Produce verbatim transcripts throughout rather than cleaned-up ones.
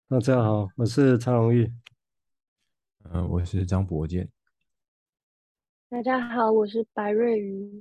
大家好，我是常荣玉。 呃，我是张博健。 大家好，我是白瑞瑜。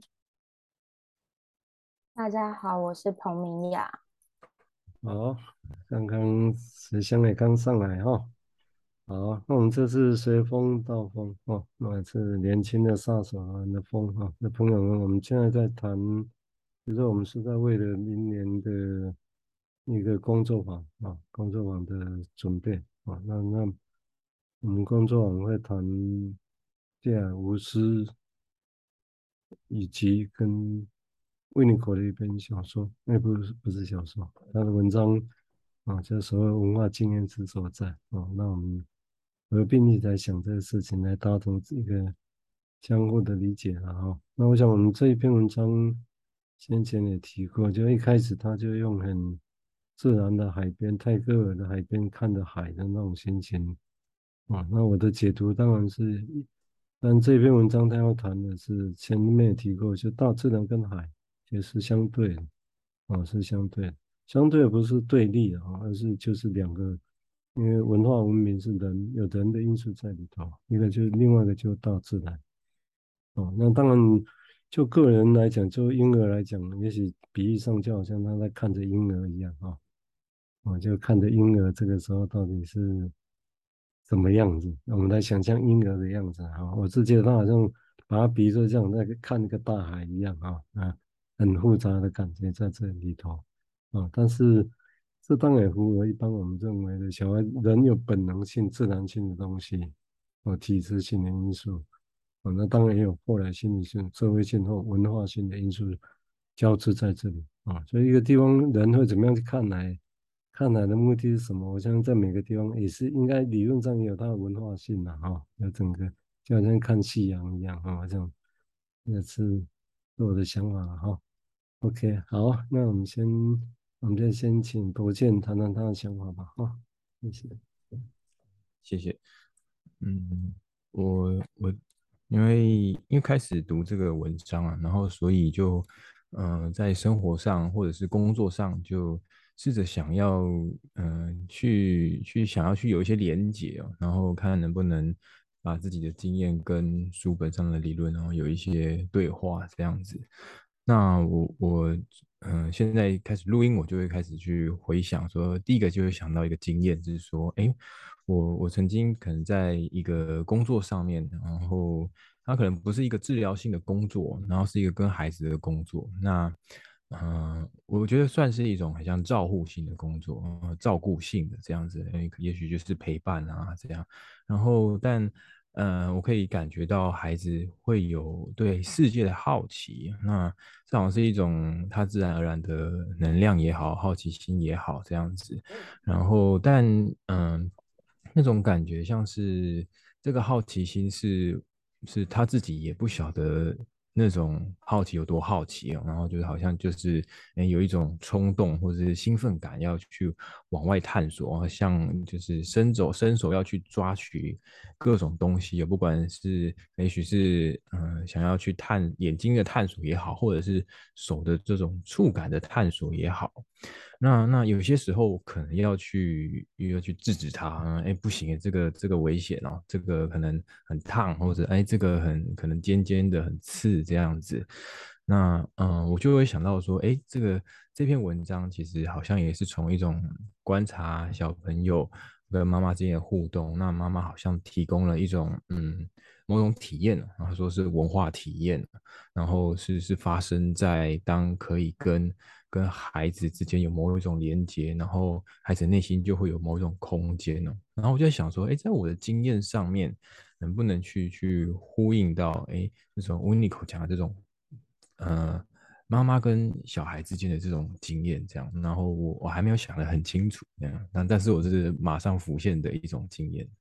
大家好，我是彭明雅。 好，刚刚石香也刚上来哈。好，那我们这次随风到风哦，那是年轻的杀手啊的风哈。那朋友们，我们现在在谈，就是我们是在为了明年的一个工作坊啊，工作坊的准备啊。那那我们工作坊会谈蒂尔无私以及跟维尼口的一篇小说，那不是不是小说，他的文章啊，叫所谓文化经验之所在啊。那我们合并一起来想这个事情，来达成一个相互的理解了哈。那我想我们这一篇文章先前也提过，就一开始他就用很自然的海边，泰戈尔的海边看着海的那种心情啊。那我的解读当然是。但这篇文章他要谈的是前面也提过，就大自然跟海其实是相对的，啊，是相对的，相对不是对立的啊，而是就是两个，因为文化文明是人有人的因素在里头，一个就是另外一个就是大自然，哦，那当然就个人来讲，就婴儿来讲，也许比喻上就好像他在看着婴儿一样啊，我就看着婴儿这个时候到底是什么样子，我们来想象婴儿的样子啊。我是觉得他好像把它比作像那个看那个大海一样啊，啊，很复杂的感觉在这里头啊。但是这当然也符合一般我们认为的小孩人有本能性、自然性的东西，啊，体质性的因素。啊，那当然也有后来心理性、社会性或文化性的因素交织在这里啊。所以一个地方人会怎么样去看来？看来的目的是什么？我相信在每个地方也是应该理论上也有它的文化性的哈，有整个就好像看夕阳一样哈，这样也是我的想法了哈。OK，好，那我们先我们就先请罗健谈谈他的想法吧哈，谢谢。 谢谢。嗯，我我因为因为开始读这个文章啊，然后所以就嗯、呃在生活上或者是工作上就试着想要嗯、呃去去想要去有一些连结哦，然后看能不能把自己的经验跟书本上的理论，然后有一些对话这样子。那我我嗯、呃现在开始录音，我就会开始去回想说，第一个就会想到一个经验，就是说，哎，我我曾经可能在一个工作上面，然后它可能不是一个治疗性的工作，然后是一个跟孩子的工作。那嗯、呃我觉得算是一种很像照护性的工作，呃，照顾性的这样子，诶也许就是陪伴啊这样。然后但呃，我可以感觉到孩子会有对世界的好奇，那这好像是一种他自然而然的能量也好，好奇心也好，这样子。然后，但嗯，那种感觉像是这个好奇心是是他自己也不晓得那种好奇有多好奇哦，然后就是好像就是诶有一种冲动或者是兴奋感要去往外探索，像就是伸手伸手要去抓取各种东西，也不管是也许是嗯、呃想要去探眼睛的探索也好，或者是手的这种触感的探索也好。那那有些时候可能要去要去制止他，哎，不行，这个这个危险哦，这个可能很烫，或者哎，这个很可能尖尖的很刺这样子。那嗯、呃我就会想到说，哎，这个这篇文章其实好像也是从一种观察小朋友跟妈妈之间的互动，那妈妈好像提供了一种嗯某种体验，然后说是文化体验，然后是是发生在当可以跟跟孩子之间有某一种连接，然后孩子内心就会有某一种空间哦。然后我就在想说，哎，在我的经验上面，能不能去去呼应到，哎，这种温尼口讲的这种，呃，妈妈跟小孩之间的这种经验，这样。然后我我还没有想得很清楚，这样，但但是我这是马上浮现的一种经验。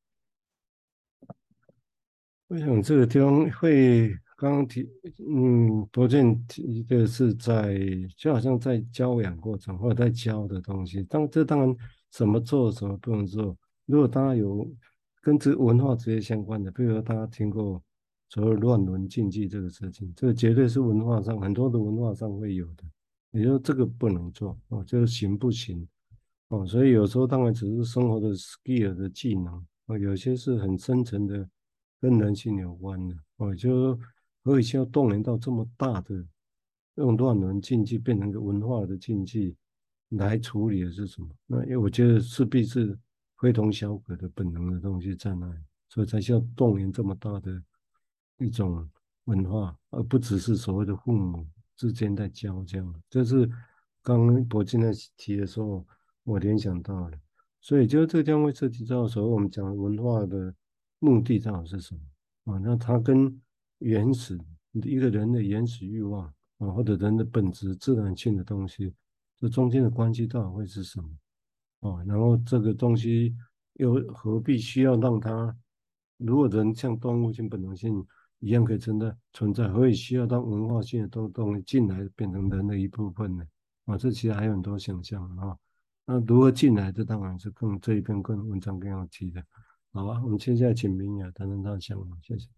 我想这个地方会刚刚提，嗯，罗健提的是在就好像在教养过程或者在教的东西，当这当然怎么做什么不能做。如果大家有跟这文化直接相关的，比如说大家听过所谓乱伦禁忌这个事情，这个绝对是文化上很多的文化上会有的，也就是这个不能做哦，就是行不行哦，所以有时候当然只是生活的 skill 的技能，哦，有些是很深层的，跟人性有关的，哦，就何以需要动员到这么大的用乱伦禁忌变成一个文化的禁忌来处理的是什么？那因为我觉得势必是非同小可的本能的东西在那里，所以才需要动员这么大的一种文化，而不只是所谓的父母之间在教这样。这是刚刚博进在提的时候，我联想到了。所以就这个地方会涉及到所谓我们讲文化的目的到底是什么啊？那它跟原始一个人的原始欲望啊，或者人的本质自然性的东西，这中间的关系到底会是什么？哦，然后这个东西又何必需要让它，如果人像动物性本能性一样可以存在存在，何以需要让文化性的东东西进来变成人的一部分呢？啊，这其实还有很多想象啊。那如何进来，这当然是更这一篇更文章更要提的。好吧，我们接下来请明雅谈谈他的想法，谢谢。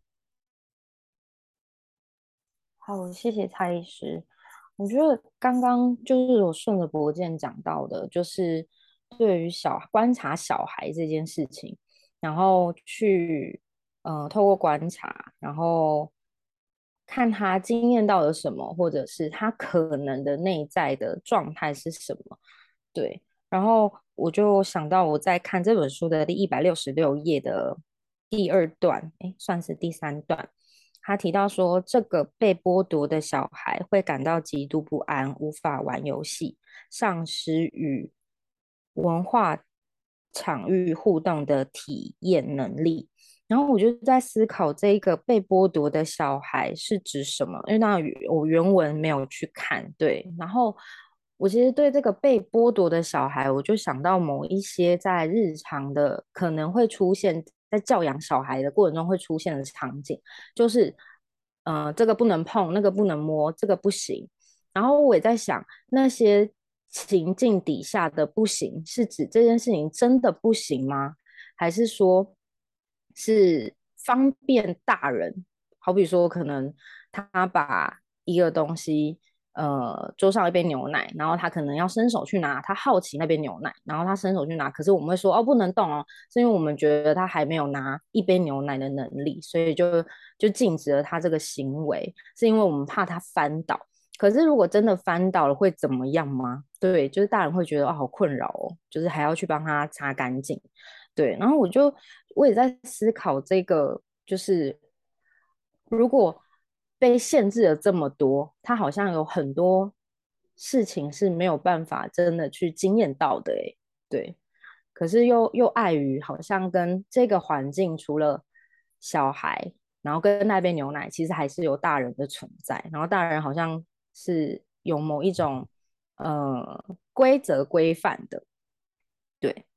好，谢谢蔡医师。我觉得刚刚就是我顺着博健讲到的，就是对于小观察小孩这件事情，然后去呃透过观察，然后看他经验到了什么，或者是他可能的内在的状态是什么。对，然后我就想到我在看这本书的第一百六十六页的第二段，诶，算是第三段。他提到说，这个被剥夺的小孩会感到极度不安，无法玩游戏，丧失与文化场域互动的体验能力。然后我就在思考，这一个被剥夺的小孩是指什么？因为那我原文没有去看，对。然后我其实对这个被剥夺的小孩，我就想到某一些在日常的可能会出现在教养小孩的过程中会出现的场景。就是呃这个不能碰，那个不能摸，这个不行。然后我也在想，那些情境底下的不行，是指这件事情真的不行吗？还是说是方便大人？好比说，可能他把一个东西。呃，桌上一杯牛奶，然后他可能要伸手去拿，他好奇那杯牛奶，然后他伸手去拿，可是我们会说哦不能动哦，是因为我们觉得他还没有拿一杯牛奶的能力，所以就就禁止了他这个行为，是因为我们怕他翻倒。可是如果真的翻倒了会怎么样吗？对，就是大人会觉得哦好困扰哦，就是还要去帮他擦干净。对，然后我就我也在思考这个，就是如果被限制了这么多，他好像有很多事情是没有办法真的去经验到的，诶，对。可是又又碍于好像跟这个环境，除了小孩，然后跟那杯牛奶，其实还是有大人的存在，然后大人好像是有某一种呃规则规范的，对。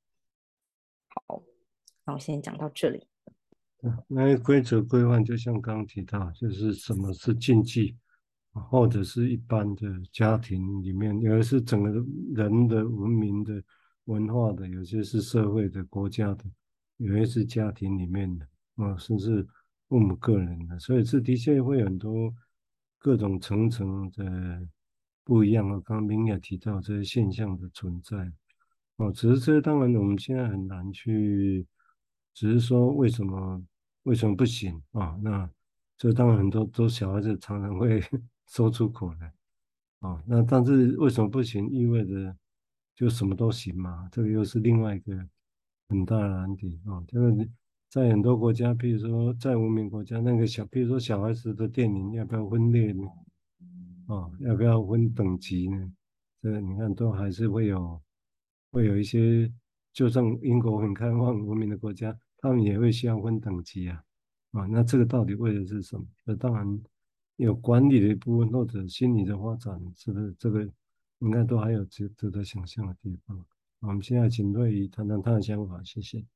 那我先讲到这里。 那规则规范就像刚刚提到，就是什么是禁忌，或者是一般的家庭里面，有的是整个人的文明的、文化的，有些是社会的、国家的，有些是家庭里面的，啊，甚至父母个人的，所以这的确会有很多各种层层的不一样啊。刚刚明也提到这些现象的存在。哦，只是这当然我们现在很难去，只是说为什么为什么不行啊？那这当然很多都小孩子常常会说出口来啊。那但是为什么不行，意味着就什么都行嘛？这个又是另外一个很大的难题啊。就是在很多国家，譬如说在文明国家，那个小，譬如说小孩子的电影要不要分裂呢？啊，要不要分等级呢？这个你看都还是会有会有一些，就算英国很开放文明的国家，他们也会需要分等级啊。啊，那这个到底为的是什么？那当然有管理的一部分，或者心理的发展，是不是这个应该都还有值值得想象的地方。我们现在请瑞怡谈谈他的想法，谢谢。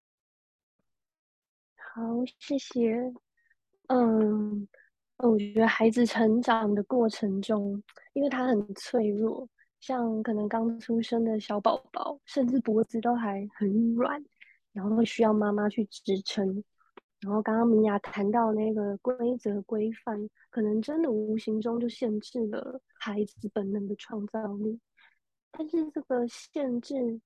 好，谢谢。嗯，我觉得孩子成长的过程中，因为他很脆弱，像可能刚出生的小宝宝，甚至脖子都还很软，然后会需要妈妈去支撑。然后刚刚米娅谈到那个规则规范，可能真的无形中就限制了孩子本能的创造力。但是这个限制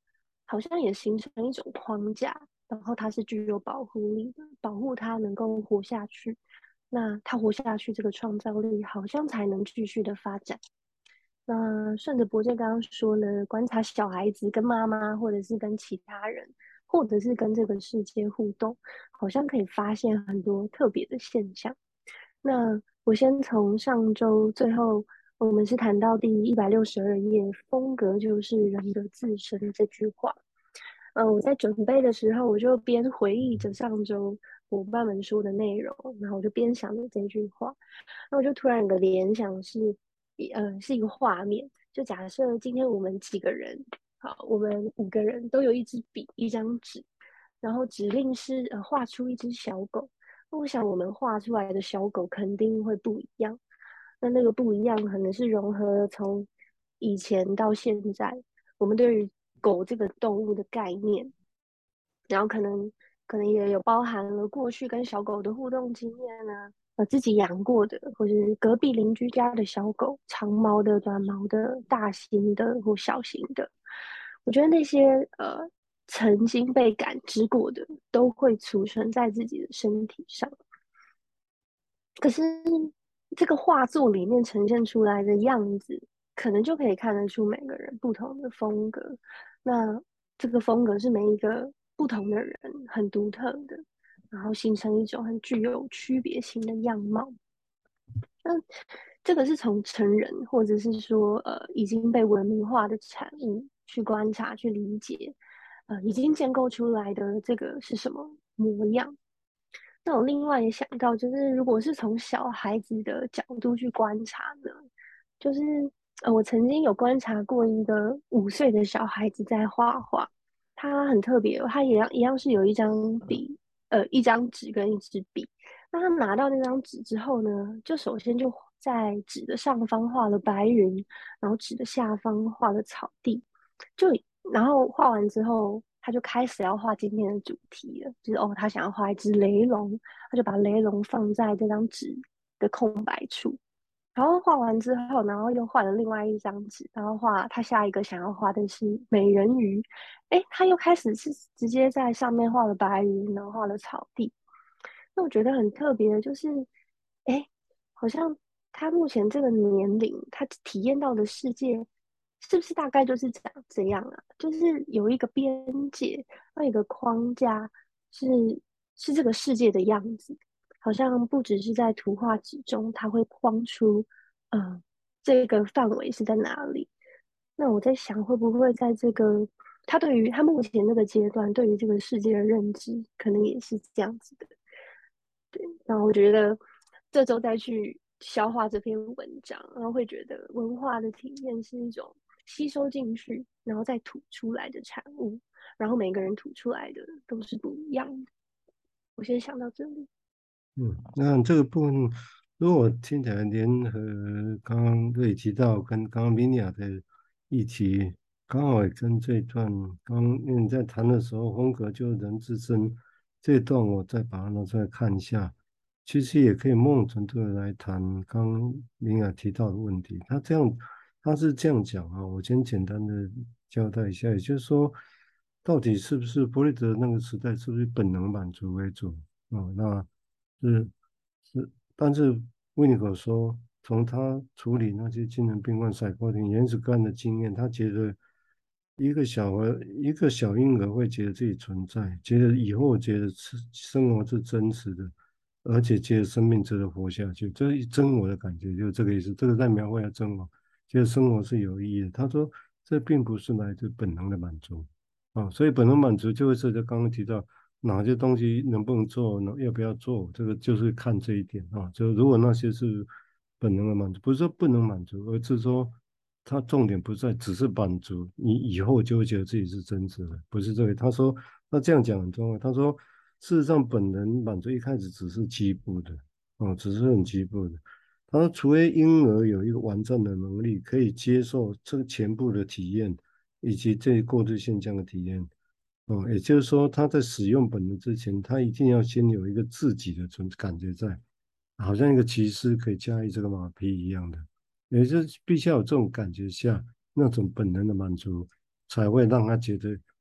好像也形成一种框架，然后它是具有保护力的，保护它能够活下去。那它活下去，这个创造力好像才能继续的发展。那顺着博正刚刚说了，观察小孩子跟妈妈，或者是跟其他人，或者是跟这个世界互动，好像可以发现很多特别的现象。那我先从上周最后，我们是谈到第一百六十二页，风格就是人的自身这句话。嗯、呃，我在准备的时候，我就边回忆着上周伙伴们说的内容，然后我就边想着这句话，那我就突然有个联想是，呃，是一个画面，就假设今天我们几个人，好，我们五个人都有一支笔、一张纸，然后指令是呃画出一只小狗。我想我们画出来的小狗肯定会不一样。那那个不一样，可能是融合了从以前到现在，我们对于狗这个动物的概念，然后可能可能也有包含了过去跟小狗的互动经验啊，呃，自己养过的，或者是隔壁邻居家的小狗，长毛的、短毛的、大型的或小型的。我觉得那些呃曾经被感知过的，都会储存在自己的身体上。可是这个画作里面呈现出来的样子，可能就可以看得出每个人不同的风格。那这个风格是每一个不同的人很独特的，然后形成一种很具有区别性的样貌。那这个是从成人或者是说呃已经被文明化的产物去观察、去理解，呃已经建构出来的这个是什么模样。那我另外也想到，就是如果是从小孩子的角度去观察呢，就是呃，我曾经有观察过一个五岁的小孩子在画画，他很特别哦，他一样一样是有一张笔，呃，一张纸跟一支笔。那他拿到那张纸之后呢，就首先就在纸的上方画了白云，然后纸的下方画了草地，就然后画完之后，他就开始要画今天的主题了，就是哦，他想要画一只雷龙，他就把雷龙放在这张纸的空白处，然后画完之后，然后又画了另外一张纸，然后画他下一个想要画的是美人鱼，诶，他又开始是直接在上面画了白云，然后画了草地。那我觉得很特别的就是，诶，好像他目前这个年龄，他体验到的世界，是不是大概就是长这样啊？就是有一个边界，有一个框架，是是这个世界的样子。好像不只是在图画纸中，它会框出，呃，这个范围是在哪里。那我在想，会不会在这个他对于他目前这个阶段，对于这个世界的认知，可能也是这样子的。然后我觉得这周再去消化这篇文章，然后会觉得文化的体验是一种吸收进去，然后再吐出来的产物，然后每个人吐出来的都是不一样的。我先想到这里。 嗯，那这个部分，如果我听起来联合刚刚瑞提到跟刚刚米娅的议题，刚好也跟这一段，刚因为你在谈的时候，风格就是人之身这一段，我再把它拿出来看一下，其实也可以某种程度的来谈刚刚米娅提到的问题。他这样，他是这样讲啊，我先简单的交代一下，也就是说，到底是不是弗雷德那个时代是不是本能满足为主？哦，那是是，但是维尼口说，从他处理那些精神病患、采购庭原始个案的经验，他觉得一个小孩、一个小婴儿会觉得自己存在，觉得以后觉得是生活是真实的，而且觉得生命值得活下去，这是真我的感觉，就是这个意思。这个在描绘了真我，觉得生活是有意义的。他说，这并不是来自本能的满足。啊，所以本能满足就会涉及刚刚提到哪些东西能不能做，能要不要做，这个就是看这一点啊。就如果那些是本能的满足，不是说不能满足，而是说它重点不在只是满足，你以后就会觉得自己是真实的，不是这个。他说，那这样讲很重要。他说，事实上本能满足一开始只是基部的，哦，只是很基部的。他说，除非婴儿有一个完善的能力，可以接受这个全部的体验。以及这过渡现象的体验，哦，也就是说，他在使用本能之前，他一定要先有一个自己的存感觉在，好像一个骑士可以驾驭这个马匹一样的，也就是必须要有这种感觉下，那种本能的满足，才会让他觉得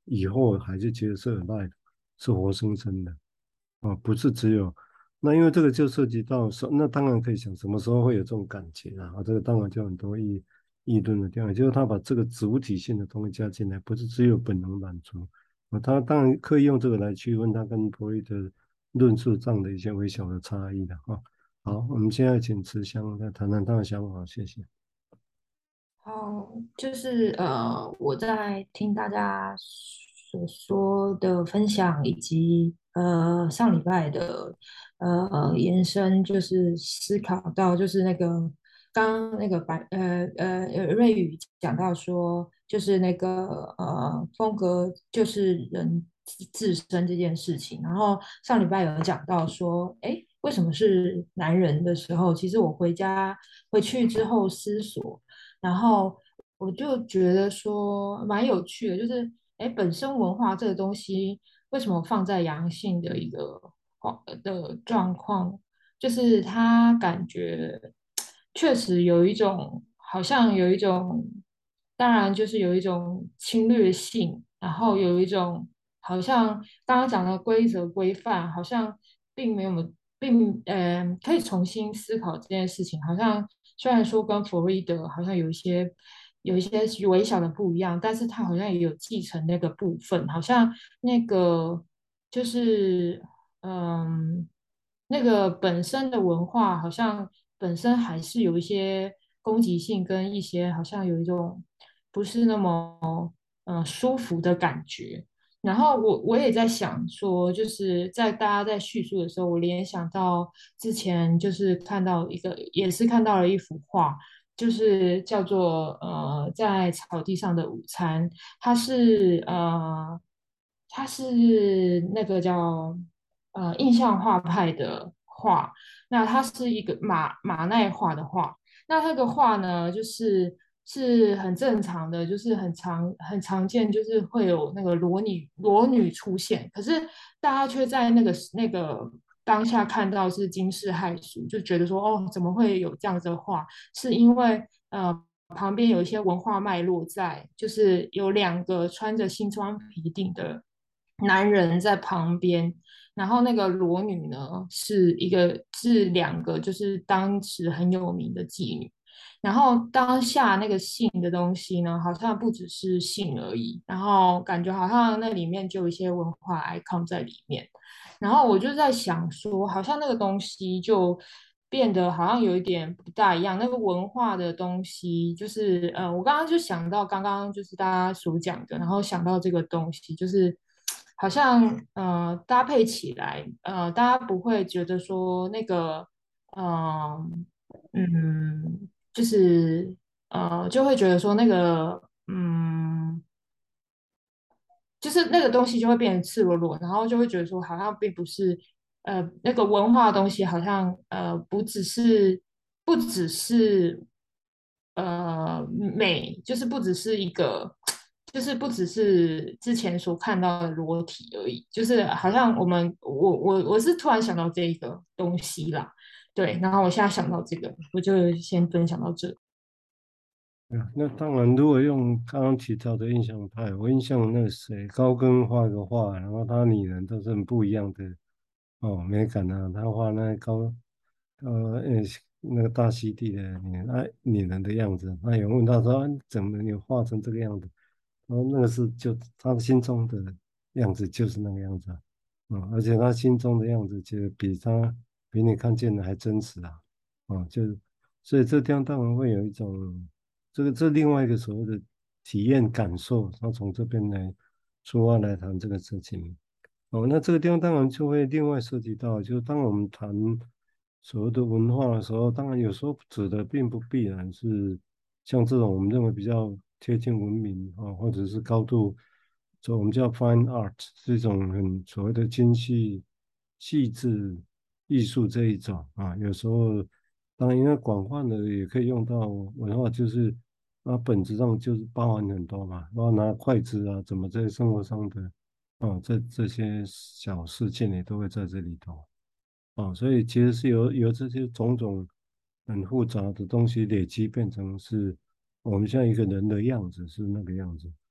以后还是觉得是 alive，是活生生的啊，不是只有那因为这个就涉及到说，那当然可以想什么时候会有这种感觉啊？啊这个当然就很多议议论的地方，就是他把这个主体性的东西加进来，不是只有本能满足啊，他当然可以用这个来区分他跟弗洛伊德论述上的一些微小的差异的啊。好，我们现在请慈香来谈谈他的想法，谢谢。 哦，就是呃，我在听大家所说的分享，以及呃上礼拜的呃呃延伸，就是思考到就是那个刚刚那个白呃呃呃瑞宇讲到说，就是那个呃风格就是人自自身这件事情，然后上礼拜有讲到说，哎，为什么是男人的时候，其实我回家回去之后思索。然后我就觉得说蛮有趣的，就是哎，本身文化这个东西为什么放在阳性的一个哦的状况，就是他感觉确实有一种好像有一种，当然就是有一种侵略性，然后有一种好像刚刚讲的规则规范，好像并没有。并嗯、呃可以重新思考这件事情。好像虽然说跟弗洛伊德好像有一些有一些微小的不一样，但是他好像也有继承那个部分，好像那个就是嗯，那个本身的文化好像本身还是有一些攻击性，跟一些好像有一种不是那么嗯舒服的感觉。然后我我也在想说，就是在大家在叙述的时候，我联想到之前就是看到一个，也是看到了一幅画，就是叫做呃在草地上的午餐，它是呃它是那个叫呃印象画派的画，那它是一个马马奈画的画，那那个画呢，就是是很正常的，就是很常很常见，就是会有那个裸女裸女出现，可是大家却在那个那个当下看到是惊世骇俗，就觉得说哦，怎么会有这样子的画？是因为呃旁边有一些文化脉络在，就是有两个穿着西装皮顶的男人在旁边，然后那个裸女呢是一个是两个就是当时很有名的妓女。然后当下那个性的东西呢，好像不只是性而已，然后感觉好像那里面就有一些文化 icon 在里面。然后我就在想说，好像那个东西就变得好像有一点不大一样。那个文化的东西，就是呃，我刚刚就想到刚刚就是大家所讲的，然后想到这个东西，就是好像呃搭配起来，呃，大家不会觉得说那个嗯。嗯，就是呃，就会觉得说那个，嗯，就是那个东西就会变成赤裸裸，然后就会觉得说好像并不是，呃，那个文化的东西好像呃不只是不只是呃美，就是不只是一个，就是不只是之前所看到的裸体而已，就是好像我们我我我是突然想到这一个东西啦。对，然后我现在想到这个，我就先分享到这。 啊，那当然，如果用刚刚提到的印象派，我印象那个谁高更画个画，然后他拟人都是很不一样的哦，美感啊，他画那高呃呃那个大溪地的拟啊拟人的样子，那有人问他说啊怎么你画成这个样子？然后那个是就他的心中的样子就是那个样子啊，嗯，而且他心中的样子就比他比你看见的还真实啊，啊，就所以这地方当然会有一种。这个这另外一个所谓的体验感受，他从这边来出发来谈这个事情。哦，那这个地方当然就会另外涉及到，就是当我们谈所谓的文化的时候，当然有时候指的并不必然是像这种我们认为比较贴近文明啊，或者是高度，就我们叫 fine art 这种很所谓的精细细致艺术这一种啊，有时候当然因为广泛的也可以用到文化，就是它本质上就是包含很多嘛，包括拿筷子啊，怎么在生活上的。哦，这这些小事情也都会在这里头哦，所以其实是由由这些种种很复杂的东西累积，变成是我们现在一个人的样子是那个样子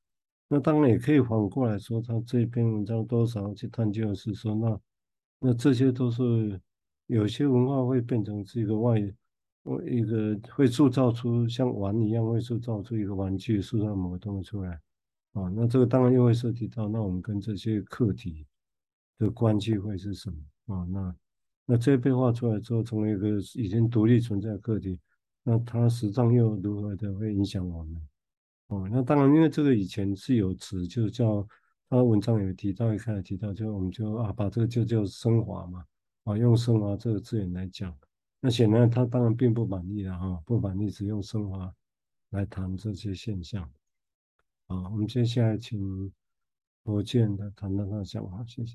那当然也可以反过来说，他这篇文章多少去探究的是说，那那这些都是有些文化会变成是一个外，呃一个会塑造出像玩一样，会塑造出一个玩具，塑造某个东西出来。啊，那这个当然又会涉及到，那我们跟这些课题的关系会是什么啊？那那这被画出来之后，成为一个已经独立存在的课题，那它实际上又如何的会影响我们？哦，那当然，因为这个以前是有词，就叫他文章有提到，一开始提到，就我们就啊把这个就叫升华嘛，啊用升华这个字眼来讲，那显然他当然并不满意了哈，不满意只用升华来谈这些现象。好，我们接下来请罗健的谈谈他的想法，谢谢。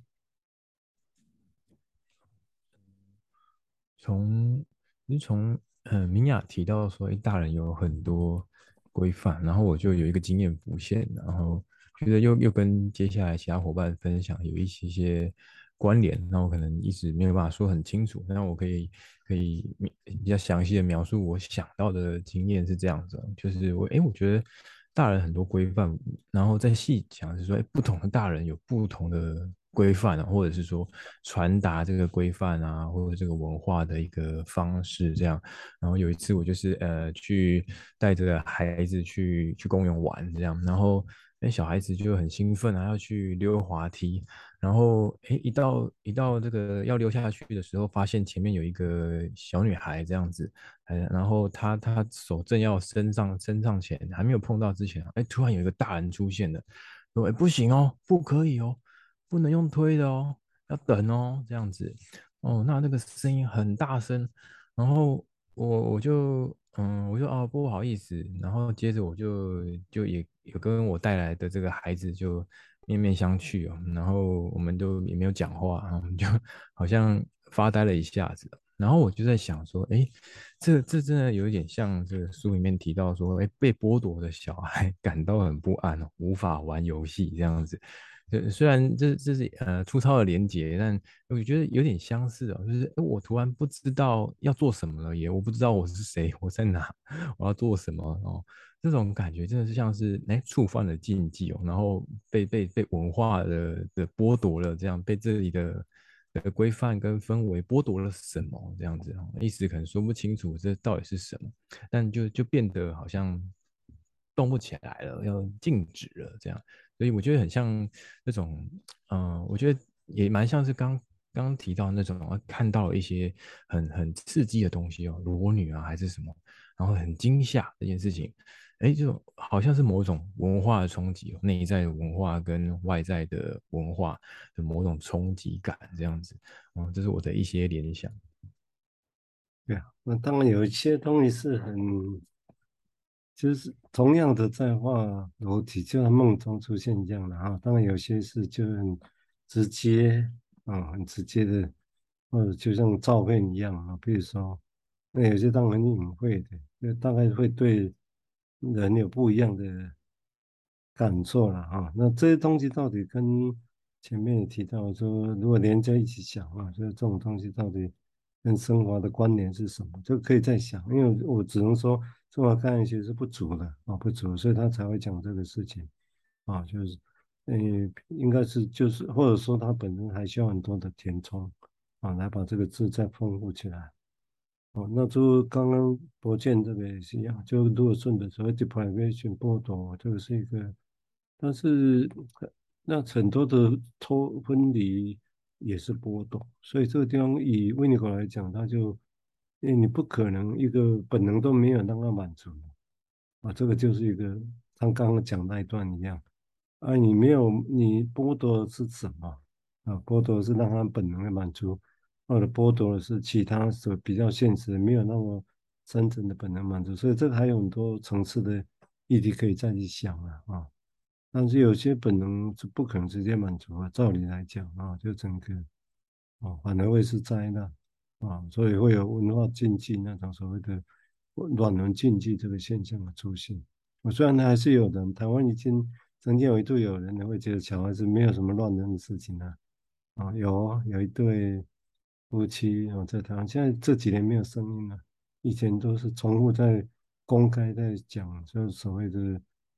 从你从呃明雅提到说，哎，大人有很多规范，然后我就有一个经验浮现，然后觉得又又跟接下来其他伙伴分享有一些些关联，那我可能一直没有办法说很清楚，那我可以可以比较详细的描述我想到的经验是这样子哦，就是我哎，我觉得大人很多规范，然后再细讲是说，哎，不同的大人有不同的规范啊，或者是说传达这个规范啊，或者这个文化的一个方式这样。然后有一次我就是呃去带着孩子去去公园玩这样，然后那小孩子就很兴奋啊，要去溜滑梯，然后诶一到一到这个要溜下去的时候，发现前面有一个小女孩这样子，哎，然后她她手正要伸上伸上前，还没有碰到之前，哎，突然有一个大人出现了，说哎不行哦，不可以哦，不能用推的哦，要等哦，这样子。哦，那那个声音很大声，然后我我就嗯，我就哦不好意思，然后接着我就就也有跟我带来的这个孩子就面面相觑哦，然后我们都也没有讲话，然后我们就好像发呆了一下子，然后我就在想说，哎，这这真的有一点像这个书里面提到说，哎，被剥夺的小孩感到很不安哦，无法玩游戏这样子。呃虽然这这是呃粗糙的连结，但我觉得有点相似哦，就是诶我突然不知道要做什么了耶，我不知道我是谁，我在哪，我要做什么哦，这种感觉真的是像是哎触犯了禁忌哦，然后被被被文化的的剥夺了，这样被这里的的规范跟氛围剥夺了什么这样子哦，一时可能说不清楚这到底是什么，但就就变得好像动不起来了，要静止了这样。所以我觉得很像那种，嗯、我觉得也蛮像是刚刚提到那种，呃看到了一些很很刺激的东西哦，裸女啊还是什么，然后很惊吓这件事情，哎，这种好像是某种文化的冲击哦，内在的文化跟外在的文化的某种冲击感这样子，嗯，这是我的一些联想。 对啊，那当然有一些东西是很，就是同样的在画裸体，就在梦中出现一样的哈。当然有些是就很直接，啊、很直接的，或者就像照片一样啊。比如说，那有些当然很隐晦的，那大概会对人有不一样的感受了哈。那这些东西到底跟前面也提到说，如果连在一起想啊，就是这种东西到底跟生活的关联是什么，就可以再想。因为我只能说生活概念其实是不足的啊，不足，所以他才会讲这个事情啊，就是，呃，应该是就是或者说他本身还需要很多的填充啊，来把这个字再丰富起来。哦，那就刚刚博建这个也是一样，就如果顺着所谓 deprivation 剥夺，这个是一个，但是那很多的脱分离也是剥夺，所以这个地方以维尼狗来讲，他就，因为你不可能一个本能都没有让他满足啊，这个就是一个他刚刚讲那一段一样，啊，你没有你剥夺的是什么啊？剥夺的是让他本能的满足。或者剥夺的是其他所比较现实，没有那么真正的本能满足，所以这个还有很多层次的议题可以再去想啊啊。但是有些本能是不可能直接满足啊，照理来讲啊，就整个啊反而会是灾难啊，所以会有文化禁忌那种所谓的乱伦禁忌这个现象的出现。我虽然还是有人，台湾已经曾经有一度有人会觉得小孩子没有什么乱伦的事情啊，啊，有啊有一对夫妻啊在台湾，现在这几年没有声音了，以前都是重复在公开在讲，就是所谓的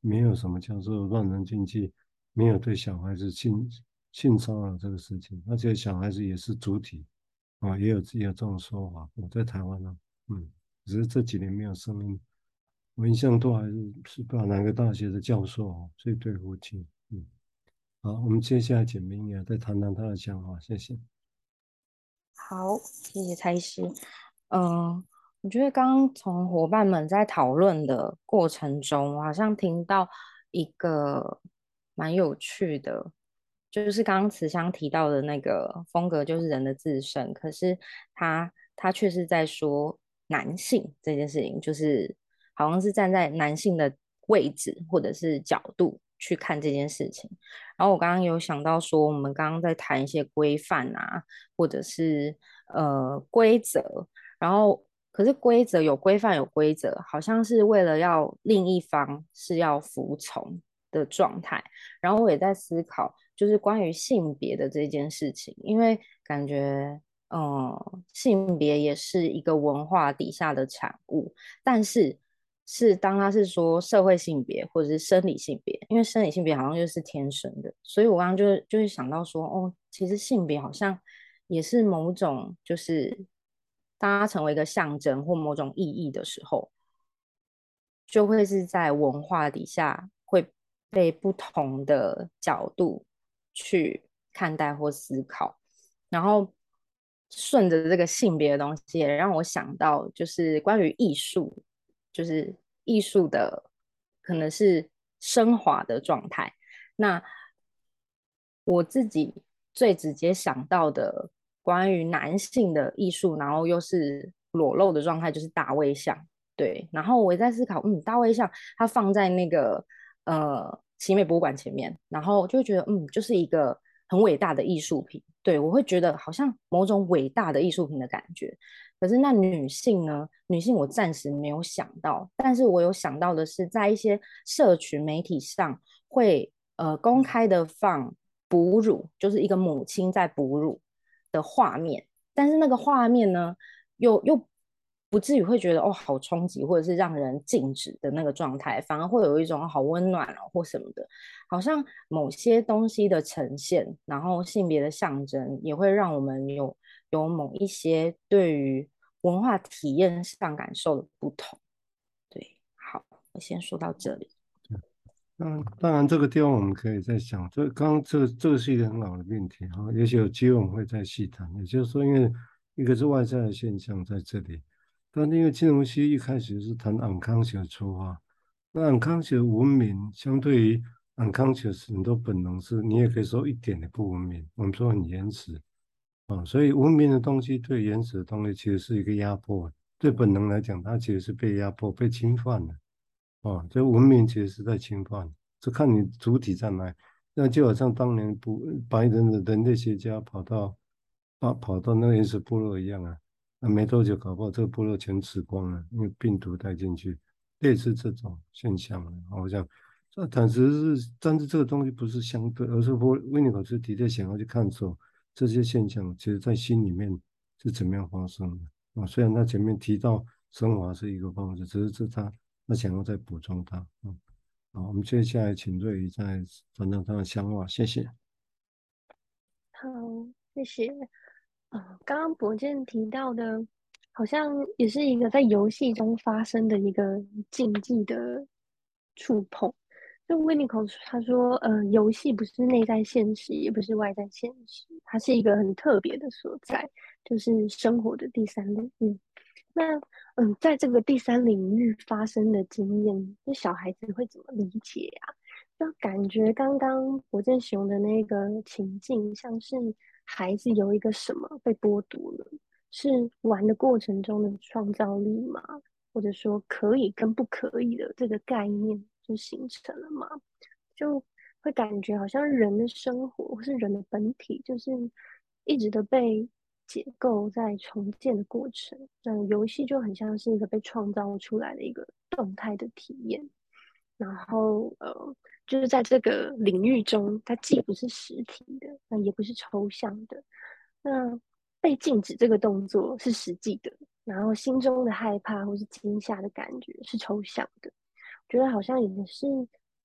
没有什么叫做乱伦禁忌，没有对小孩子性性骚扰这个事情，而且小孩子也是主体啊，也有也有这种说法。我在台湾呢，嗯，只是这几年没有声音。我印象都还是是不知道哪个大学的教授哦，所以对夫妻，嗯，好，我们接下来简明也再谈谈他的想法，谢谢。 好，谢谢蔡医师。嗯，我觉得刚刚从伙伴们在讨论的过程中，我好像听到一个蛮有趣的，就是刚刚慈香提到的那个风格，就是人的自身，可是他他却是在说男性这件事情，就是好像是站在男性的位置或者是角度去看这件事情。然后我刚刚有想到说，我们刚刚在谈一些规范啊，或者是呃规则，然后可是规则有规范有规则，好像是为了要另一方是要服从的状态。然后我也在思考，就是关于性别的这件事情，因为感觉嗯性别也是一个文化底下的产物，但是是当他是说社会性别或者是生理性别，因为生理性别好像就是天生的，所以我刚刚就就会想到说，哦，其实性别好像也是某种就是当它成为一个象征或某种意义的时候，就会是在文化底下会被不同的角度去看待或思考，然后顺着这个性别的东西，也让我想到就是关于艺术，就是艺术的可能是升华的状态。那我自己最直接想到的关于男性的艺术，然后又是裸露的状态，就是大卫像。对，然后我也在思考，嗯，大卫像它放在那个呃奇美博物馆前面，然后就会觉得，嗯，就是一个很伟大的艺术品。对，我会觉得好像某种伟大的艺术品的感觉。可是那女性呢？女性我暂时没有想到，但是我有想到的是，在一些社群媒体上会呃公开的放哺乳，就是一个母亲在哺乳的画面，但是那个画面呢，又又不至于会觉得哦好冲击，或者是让人静止的那个状态，反而会有一种好温暖哦或什么的，好像某些东西的呈现，然后性别的象征，也会让我们有有某一些对于文化体验上感受的不同。对，好，我先说到这里。 当然，当然这个地方我们可以再想，这刚刚这这个是一个很好的命题哈，也许有机会我们会再细谈。也就是说，因为一个是外在的现象在这里，但是因为金融系一开始是谈 unconscious 出发，那 unconscious 文明相对于 unconscious 很多本能是，你也可以说一点也不文明，我们说很原始啊，所以文明的东西对原始的东西其实是一个压迫，对本能来讲，它其实是被压迫、被侵犯的。哦，这文明其实是在侵犯，就看你主体在哪里。那就好像当年不白人的人类学家跑到跑跑到那个原始部落一样啊，那没多久搞不好这个部落全死光了，因为病毒带进去，类似这种现象啊好像。这但是是，但是这个东西不是相对，而是说维尼口斯的确想要去看出这些现象，其实在心里面是怎么样发生的啊。虽然他前面提到升华是一个方式，只是这他。那想要再补充它，嗯，好，我们接下来请瑞宇再分享他的想法，谢谢。 好，谢谢。呃，刚刚博健提到的，好像也是一个在游戏中发生的一个竞技的触碰。就 Winnicott 他说，呃，游戏不是内在现实，也不是外在现实，它是一个很特别的所在，就是生活的第三领域。那嗯，在这个第三领域发生的经验，那小孩子会怎么理解呀、就感觉刚刚博正雄的那个情境，像是孩子有一个什么被剥夺了，是玩的过程中的创造力吗？或者说可以跟不可以的这个概念就形成了吗？就会感觉好像人的生活或是人的本体，就是一直的被解构在重建的过程。嗯，游戏就很像是一个被创造出来的一个动态的体验。然后呃，就是在这个领域中，它既不是实体的，那也不是抽象的。那被禁止这个动作是实际的，然后心中的害怕或是惊吓的感觉是抽象的。觉得好像也是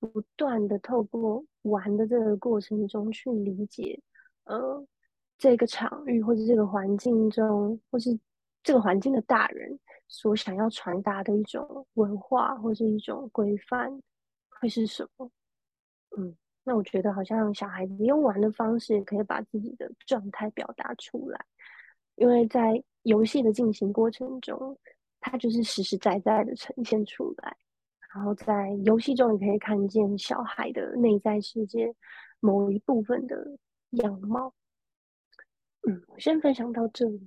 不断的透过玩的这个过程中去理解，呃，这个场域或者这个环境中，或是这个环境的大人所想要传达的一种文化或是一种规范会是什么？嗯，那我觉得好像小孩子用玩的方式，可以把自己的状态表达出来，因为在游戏的进行过程中，它就是实实在在的呈现出来。然后在游戏中，你可以看见小孩的内在世界某一部分的样貌。嗯，我先分享到这里。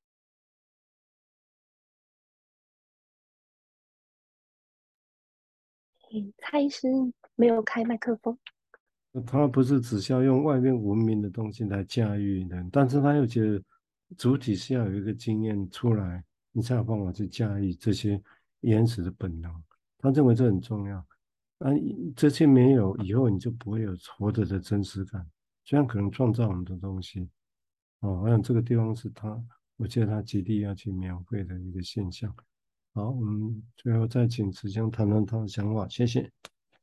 嗯，蔡医师没有开麦克风。 他不是只需要用外面文明的东西来驾驭人，但是他又觉得主体是要有一个经验出来，你才有办法去驾驭这些原始的本能。他认为这很重要。啊，这些没有以后，你就不会有活着的真实感，这样可能创造很多东西。哦，我想这个地方是他，我觉得他极力要去描绘的一个现象。好，我们最后再请慈香谈谈他的想法，谢谢。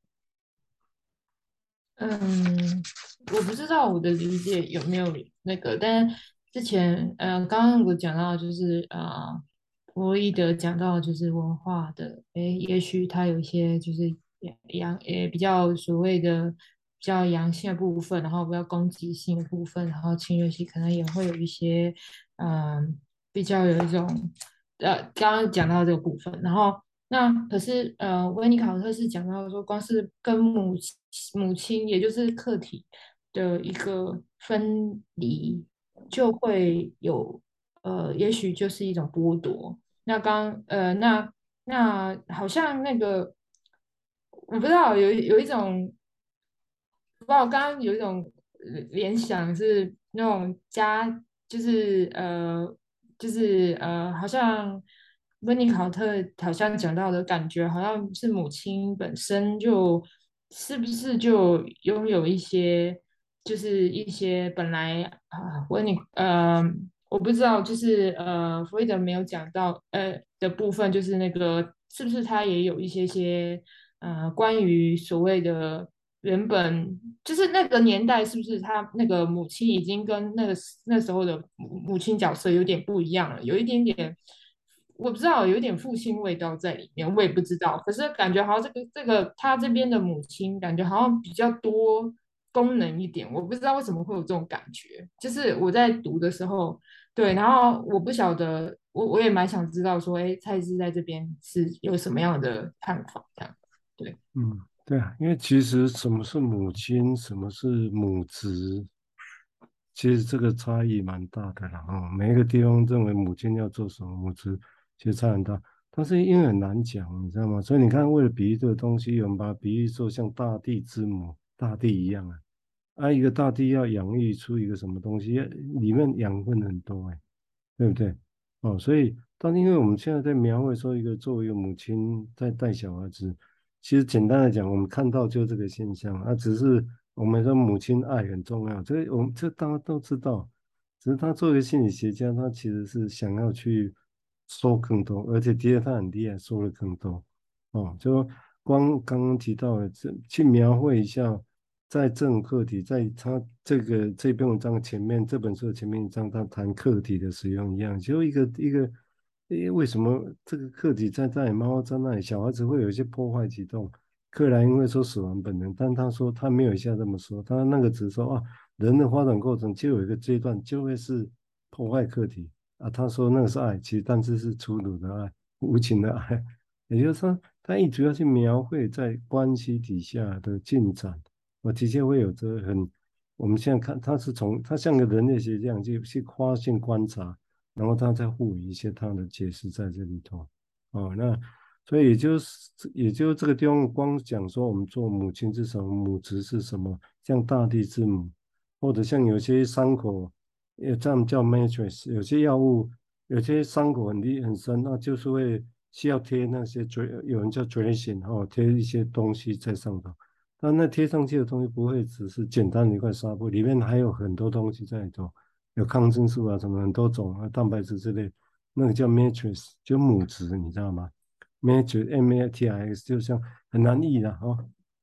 嗯，我不知道我的理解有没有那个，但之前呃，刚刚我讲到就是呃，弗洛伊德讲到就是文化的，诶，也许他有一些就是阳诶比较所谓的比较阳性的部分，然后比较攻击性的部分，然后侵略性可能也会有一些嗯、比较有一种呃刚刚讲到这个部分，然后。那可是，呃，维尼考特是讲到说，光是跟母亲母亲，也就是客体的一个分离，就会有，呃，也许就是一种剥夺。那刚，呃，那那好像那个，我不知道有有一种不知道，刚刚有一种呃联想是那种家，就是呃，就是呃，好像温尼考特好像讲到的感觉，好像是母亲本身就是不是就拥有一些，就是一些本来啊，温尼呃，我不知道，就是呃，弗洛伊德没有讲到呃的部分，就是那个是不是他也有一些些呃关于所谓的。原本就是那个年代，是不是他那个母亲已经跟那个那时候的母母亲角色有点不一样了，有一点点，我不知道，有一点父亲味道在里面，我也不知道。可是感觉好像这个这个他这边的母亲，感觉好像比较多功能一点，我不知道为什么会有这种感觉。就是我在读的时候，对，然后我不晓得，我我也蛮想知道说，哎，蔡司在这边是有什么样的看法？这样，对。 嗯，对啊，因为其实什么是母亲，什么是母职，其实这个差异蛮大的啦。哦，每一个地方认为母亲要做什么，母职其实差很大。但是因为很难讲，你知道吗？所以你看，为了比喻这个东西，有人把它比喻说像大地之母，大地一样啊。啊，一个大地要养育出一个什么东西，里面养分很多哎，对不对？哦，所以，但因为我们现在在描绘说一个作为一个母亲在带小孩子，其实简单的讲，我们看到就这个现象啊，只是我们说母亲爱很重要，这个我们这大家都知道，只是他作为心理学家，他其实是想要去说更多，而且的确他很厉害，说的更多。哦，就光刚刚提到的，这去描绘一下。在这种课题，在他这个这篇文章前面，这本书的前面一章，他谈课题的使用一样，就一个一个，诶，为什么这个课题在这里，猫猫在那里，小孩子会有一些破坏举动？克莱因会说死亡本能，但他说他没有一下这么说，他那个只是说啊，人的发展过程就有一个阶段就会是破坏课题啊，他说那个是爱，其实但是是粗鲁的爱，无情的爱，也就是说，他一直要去描绘在关系底下的进展。我的确会有这个很，我们现在看，他是从他像个人类学这样去去发现观察，然后他再赋予一些他的解释在这里头。哦，那所以也就是也就这个地方，光讲说我们做母亲是什么，母职是什么，像大地之母，或者像有些伤口，也这样叫 matrix，有些药物，有些伤口很厉很深，那就是会需要贴那些 dra- 有人叫 dressing 哦，贴一些东西在上头。但那贴上去的东西不会只是简单的一块纱布，里面还有很多东西在里头，有抗生素啊，什么很多种啊，蛋白质之类，那个叫 matrix，就母质，你知道吗？matrix M A T I X 就像很难译的哦。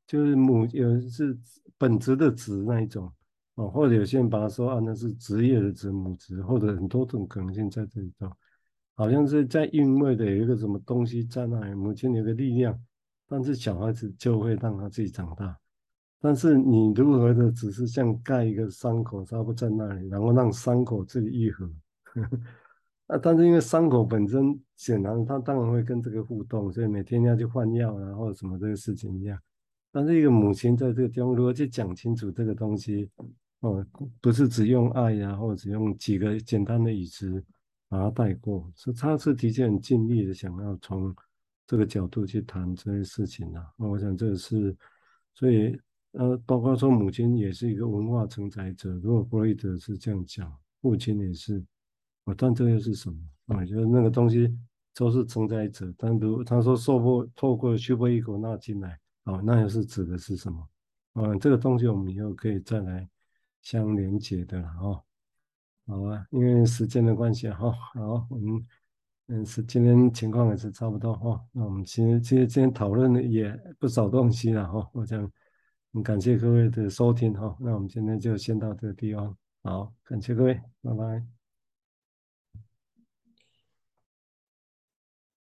就是母有是本质的质那一种哦，或者有些人把它说啊那是职业的职母职，或者很多种可能性在这里头，好像是在韵味的有一个什么东西在那里，母亲有个力量，但是小孩子就会让他自己长大。但是你如何的只是像盖一个伤口，差不多在那里，然后让伤口自己愈合。啊，但是因为伤口本身显然它当然会跟这个互动，所以每天要去换药然后什么这个事情一样。但是一个母亲在这个地方如何去讲清楚这个东西，哦，不是只用爱呀、或者只用几个简单的语词把它带过，是他是的确很尽力的想要从这个角度去谈这些事情啊。那我想这个是，所以呃，包括说母亲也是一个文化承载者，如果弗洛伊德是这样讲，父亲也是。哦，但这又是什么？啊，就是那个东西都是承载者，但如他说受过透过 Super Ego 纳进来，哦，那又是指的是什么？嗯，这个东西我们以后可以再来相连接的了哦。好啊，因为时间的关系哈、好，我们嗯是今天情况也是差不多哈、那我们其实其实今天讨论的也不少东西了哈、我想很感谢各位的收听哈、那我们今天就先到这个地方，好，感谢各位，拜拜。